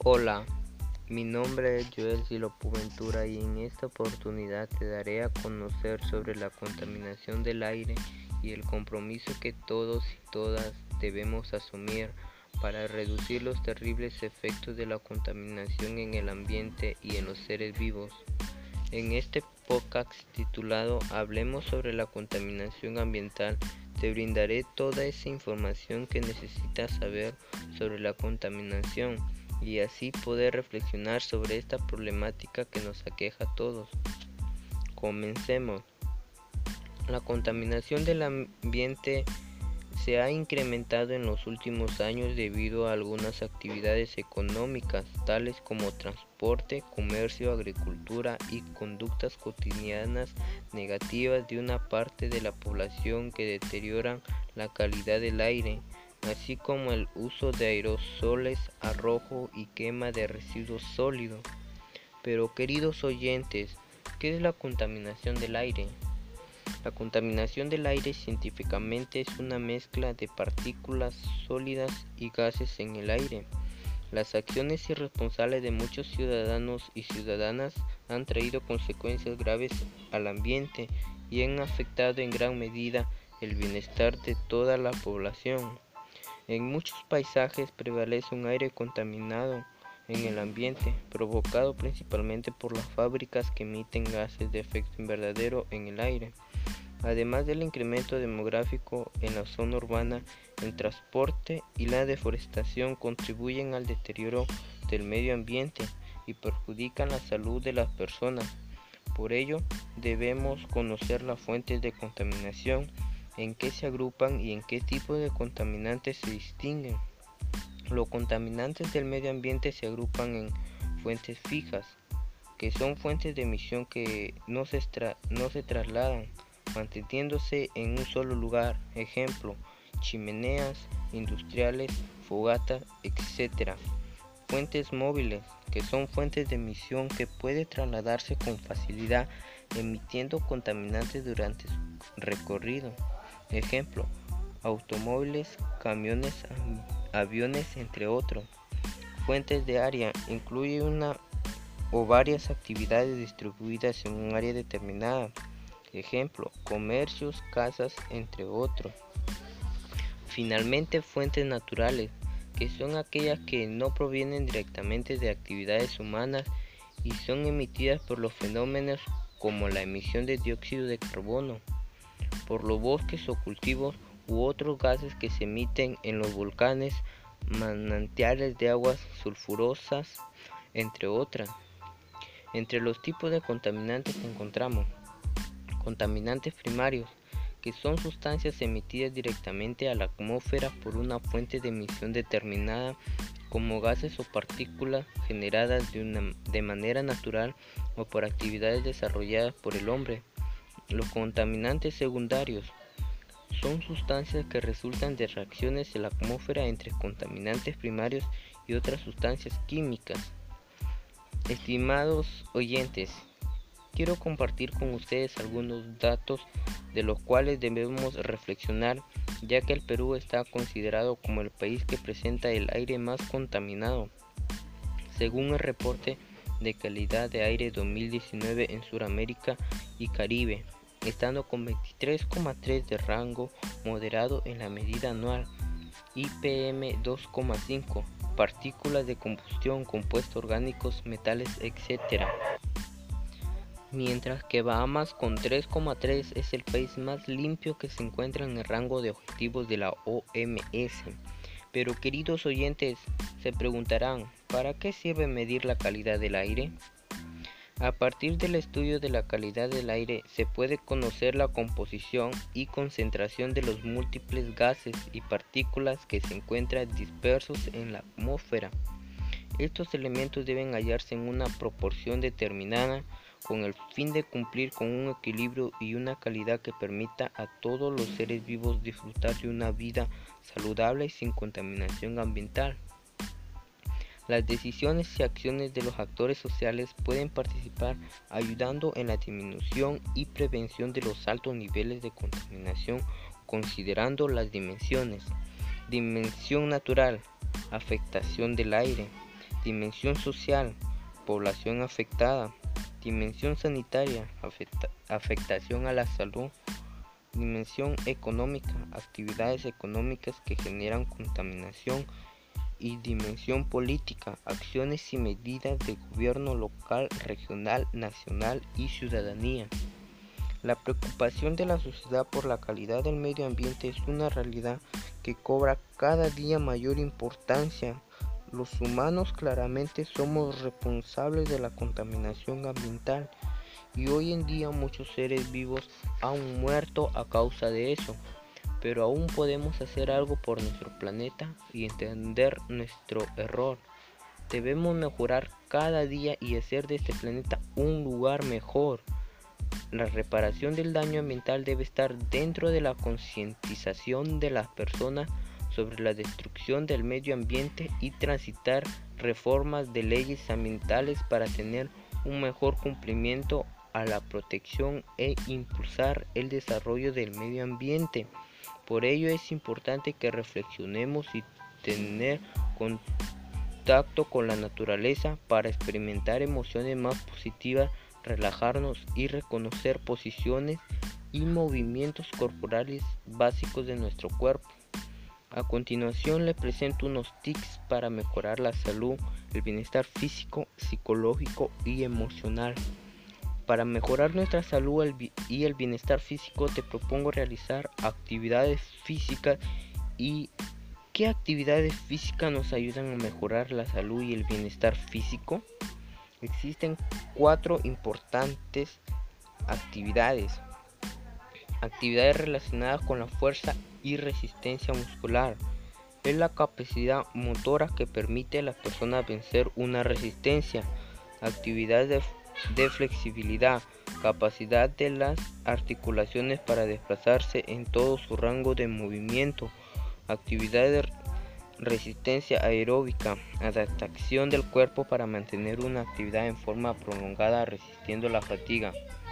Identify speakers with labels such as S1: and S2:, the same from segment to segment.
S1: Hola, mi nombre es Joel Silopu Ventura y en esta oportunidad te daré a conocer sobre la contaminación del aire y el compromiso que todos y todas debemos asumir para reducir los terribles efectos de la contaminación en el ambiente y en los seres vivos. En este podcast titulado Hablemos sobre la contaminación ambiental, te brindaré toda esa información que necesitas saber sobre la contaminación y así poder reflexionar sobre esta problemática que nos aqueja a todos. Comencemos. La contaminación del ambiente se ha incrementado en los últimos años debido a algunas actividades económicas, tales como transporte, comercio, agricultura y conductas cotidianas negativas de una parte de la población que deterioran la calidad del aire, así como el uso de aerosoles, arrojo y quema de residuos sólidos. Pero queridos oyentes, ¿qué es la contaminación del aire? La contaminación del aire científicamente es una mezcla de partículas sólidas y gases en el aire. Las acciones irresponsables de muchos ciudadanos y ciudadanas han traído consecuencias graves al ambiente y han afectado en gran medida el bienestar de toda la población. En muchos paisajes prevalece un aire contaminado en el ambiente, provocado principalmente por las fábricas que emiten gases de efecto invernadero en el aire. Además del incremento demográfico en la zona urbana, el transporte y la deforestación contribuyen al deterioro del medio ambiente y perjudican la salud de las personas. Por ello, debemos conocer las fuentes de contaminación, en qué se agrupan y en qué tipo de contaminantes se distinguen. Los contaminantes del medio ambiente se agrupan en fuentes fijas, que son fuentes de emisión que no se trasladan, manteniéndose en un solo lugar, ejemplo, chimeneas industriales, fogatas, etc. Fuentes móviles, que son fuentes de emisión que pueden trasladarse con facilidad, emitiendo contaminantes durante su recorrido, ejemplo, automóviles, camiones, aviones, entre otros. Fuentes de área, incluye una o varias actividades distribuidas en un área determinada, ejemplo, comercios, casas, entre otros. Finalmente, fuentes naturales, que son aquellas que no provienen directamente de actividades humanas y son emitidas por los fenómenos como la emisión de dióxido de carbono, por los bosques o cultivos u otros gases que se emiten en los volcanes, manantiales de aguas sulfurosas, entre otras. Entre los tipos de contaminantes encontramos contaminantes primarios, que son sustancias emitidas directamente a la atmósfera por una fuente de emisión determinada, como gases o partículas generadas de manera natural o por actividades desarrolladas por el hombre. Los contaminantes secundarios son sustancias que resultan de reacciones en la atmósfera entre contaminantes primarios y otras sustancias químicas. Estimados oyentes, quiero compartir con ustedes algunos datos de los cuales debemos reflexionar, ya que el Perú está considerado como el país que presenta el aire más contaminado, según el reporte de calidad de aire 2019 en Sudamérica y Caribe, estando con 23,3 de rango moderado en la medida anual y PM2,5, partículas de combustión, compuestos orgánicos, metales, etc. Mientras que Bahamas con 3,3 es el país más limpio que se encuentra en el rango de objetivos de la OMS. Pero queridos oyentes, se preguntarán, ¿para qué sirve medir la calidad del aire? A partir del estudio de la calidad del aire se puede conocer la composición y concentración de los múltiples gases y partículas que se encuentran dispersos en la atmósfera. Estos elementos deben hallarse en una proporción determinada con el fin de cumplir con un equilibrio y una calidad que permita a todos los seres vivos disfrutar de una vida saludable y sin contaminación ambiental. Las decisiones y acciones de los actores sociales pueden participar ayudando en la disminución y prevención de los altos niveles de contaminación, considerando las dimensiones. Dimensión natural, afectación del aire. Dimensión social, población afectada. Dimensión sanitaria, afectación a la salud. Dimensión económica, actividades económicas que generan contaminación. Y dimensión política, acciones y medidas de gobierno local, regional, nacional y ciudadanía. La preocupación de la sociedad por la calidad del medio ambiente es una realidad que cobra cada día mayor importancia. Los humanos claramente somos responsables de la contaminación ambiental y hoy en día muchos seres vivos han muerto a causa de eso. Pero aún podemos hacer algo por nuestro planeta y entender nuestro error. Debemos mejorar cada día y hacer de este planeta un lugar mejor. La reparación del daño ambiental debe estar dentro de la concientización de las personas sobre la destrucción del medio ambiente y transitar reformas de leyes ambientales para tener un mejor cumplimiento a la protección e impulsar el desarrollo del medio ambiente. Por ello es importante que reflexionemos y tener contacto con la naturaleza para experimentar emociones más positivas, relajarnos y reconocer posiciones y movimientos corporales básicos de nuestro cuerpo. A continuación le presento unos tips para mejorar la salud, el bienestar físico, psicológico y emocional. Para mejorar nuestra salud y el bienestar físico te propongo realizar actividades físicas. ¿Y qué actividades físicas nos ayudan a mejorar la salud y el bienestar físico? Existen 4 importantes actividades. Actividades relacionadas con la fuerza y resistencia muscular. Es la capacidad motora que permite a las personas vencer una resistencia. Actividades de flexibilidad, capacidad de las articulaciones para desplazarse en todo su rango de movimiento. Actividad de resistencia aeróbica, adaptación del cuerpo para mantener una actividad en forma prolongada resistiendo la fatiga.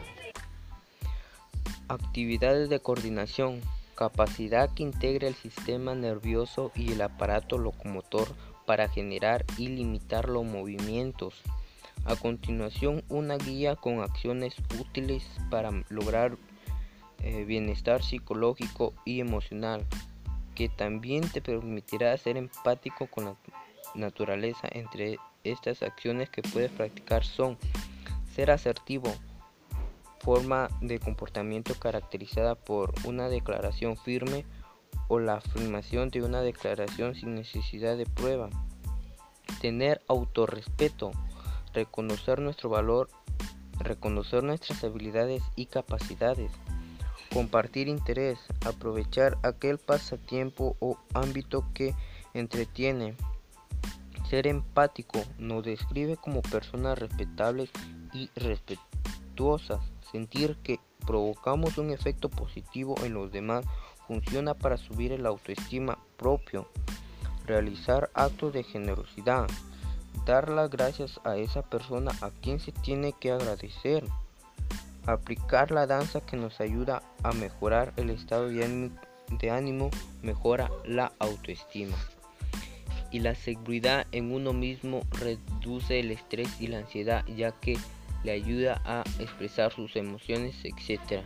S1: Actividades de coordinación, capacidad que integra el sistema nervioso y el aparato locomotor para generar y limitar los movimientos. A continuación, una guía con acciones útiles para lograr bienestar psicológico y emocional, que también te permitirá ser empático con la naturaleza. Entre estas acciones que puedes practicar son: ser asertivo, forma de comportamiento caracterizada por una declaración firme o la afirmación de una declaración sin necesidad de prueba. Tener autorrespeto, reconocer nuestro valor, reconocer nuestras habilidades y capacidades. Compartir interés, aprovechar aquel pasatiempo o ámbito que entretiene. Ser empático, nos describe como personas respetables y respetuosas. Sentir que provocamos un efecto positivo en los demás funciona para subir el autoestima propio. Realizar actos de generosidad, dar las gracias a esa persona a quien se tiene que agradecer. Aplicar la danza, que nos ayuda a mejorar el estado de ánimo, mejora la autoestima. Y la seguridad en uno mismo reduce el estrés y la ansiedad, ya que le ayuda a expresar sus emociones, etc.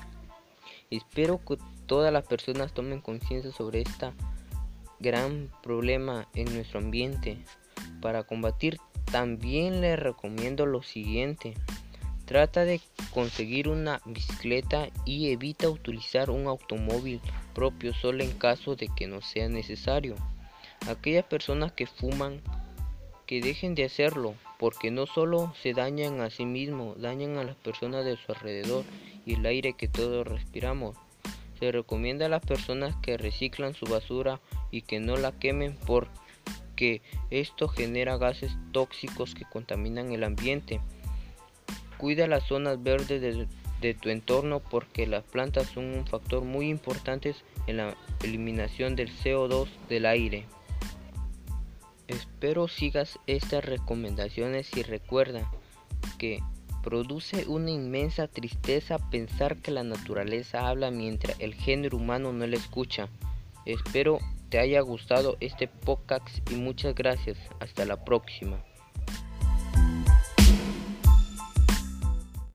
S1: Espero que todas las personas tomen conciencia sobre este gran problema en nuestro ambiente. Para combatir, también les recomiendo lo siguiente: trata de conseguir una bicicleta y evita utilizar un automóvil propio solo en caso de que no sea necesario. Aquellas personas que fuman, que dejen de hacerlo, porque no solo se dañan a sí mismos, dañan a las personas de su alrededor y el aire que todos respiramos. Se recomienda a las personas que reciclan su basura y que no la quemen, porque esto genera gases tóxicos que contaminan el ambiente. Cuida las zonas verdes de tu entorno, porque las plantas son un factor muy importante en la eliminación del CO2 del aire. Espero sigas estas recomendaciones y recuerda que produce una inmensa tristeza pensar que la naturaleza habla mientras el género humano no la escucha. Espero te haya gustado este podcast y muchas gracias. Hasta la próxima.